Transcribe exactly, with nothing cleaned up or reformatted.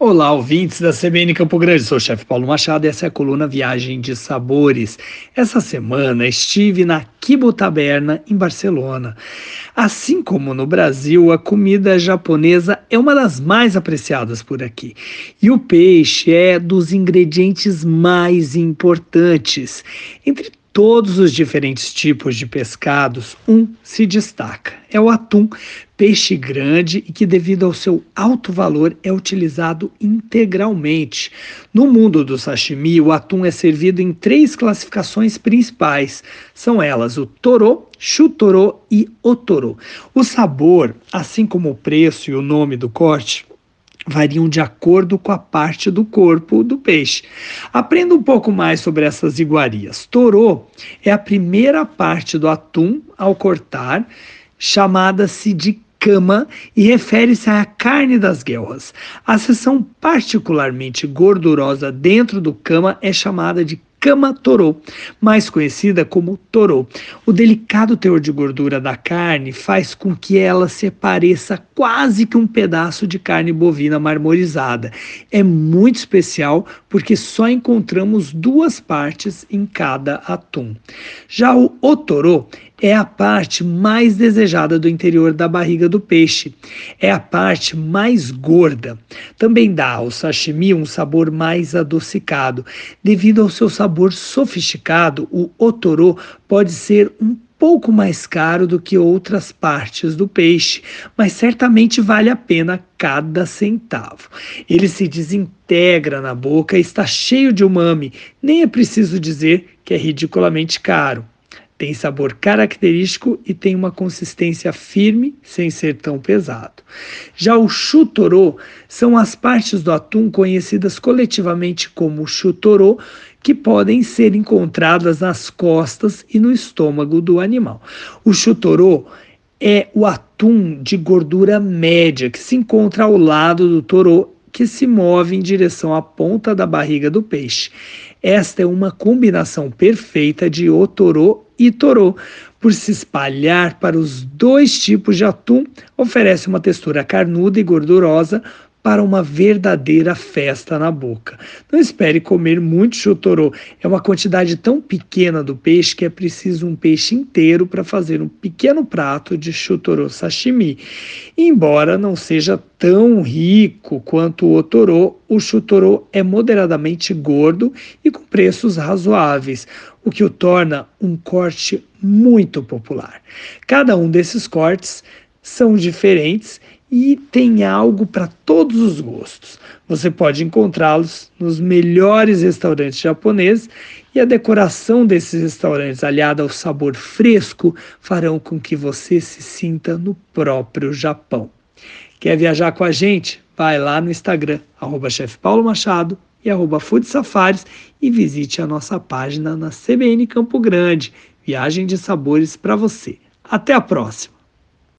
Olá, ouvintes da C B N Campo Grande, sou o chefe Paulo Machado e essa é a coluna Viagem de Sabores. Essa semana estive na Kibo Taberna, em Barcelona. Assim como no Brasil, a comida japonesa é uma das mais apreciadas por aqui. E o peixe é dos ingredientes mais importantes. Entre todos os diferentes tipos de pescados, um se destaca. É o atum, peixe grande e que, devido ao seu alto valor, é utilizado integralmente. No mundo do sashimi, o atum é servido em três classificações principais. São elas o torô, chutorô e otorô. O sabor, assim como o preço e o nome do corte, variam de acordo com a parte do corpo do peixe. Aprenda um pouco mais sobre essas iguarias. Torô é a primeira parte do atum ao cortar, chamada-se de cama e refere-se à carne das guelras. A seção particularmente gordurosa dentro do cama é chamada de cama torô, mais conhecida como torô. O delicado teor de gordura da carne faz com que ela se pareça quase que um pedaço de carne bovina marmorizada. É muito especial porque só encontramos duas partes em cada atum. Já o otorô é a parte mais desejada do interior da barriga do peixe. É a parte mais gorda. Também dá ao sashimi um sabor mais adocicado. Devido ao seu sabor sofisticado, o otorô pode ser um pouco mais caro do que outras partes do peixe, mas certamente vale a pena cada centavo. Ele se desintegra na boca e está cheio de umami. Nem é preciso dizer que é ridiculamente caro. Tem sabor característico e tem uma consistência firme, sem ser tão pesado. Já o chutorô são as partes do atum conhecidas coletivamente como chutorô, que podem ser encontradas nas costas e no estômago do animal. O chutorô é o atum de gordura média que se encontra ao lado do torô, que se move em direção à ponta da barriga do peixe. Esta é uma combinação perfeita de otorô e torô. Por se espalhar para os dois tipos de atum, oferece uma textura carnuda e gordurosa para uma verdadeira festa na boca. Não espere comer muito chutorô. É uma quantidade tão pequena do peixe que é preciso um peixe inteiro para fazer um pequeno prato de chutorô sashimi. Embora não seja tão rico quanto o otorô, o chutorô é moderadamente gordo e com preços razoáveis, o que o torna um corte muito popular. Cada um desses cortes são diferentes e tem algo para todos os gostos. Você pode encontrá-los nos melhores restaurantes japoneses e a decoração desses restaurantes, aliada ao sabor fresco, farão com que você se sinta no próprio Japão. Quer viajar com a gente? Vai lá no Instagram, arroba chefe Paulo Machado e arroba Food Safaris e visite a nossa página na C B N Campo Grande. Viagem de sabores para você. Até a próxima!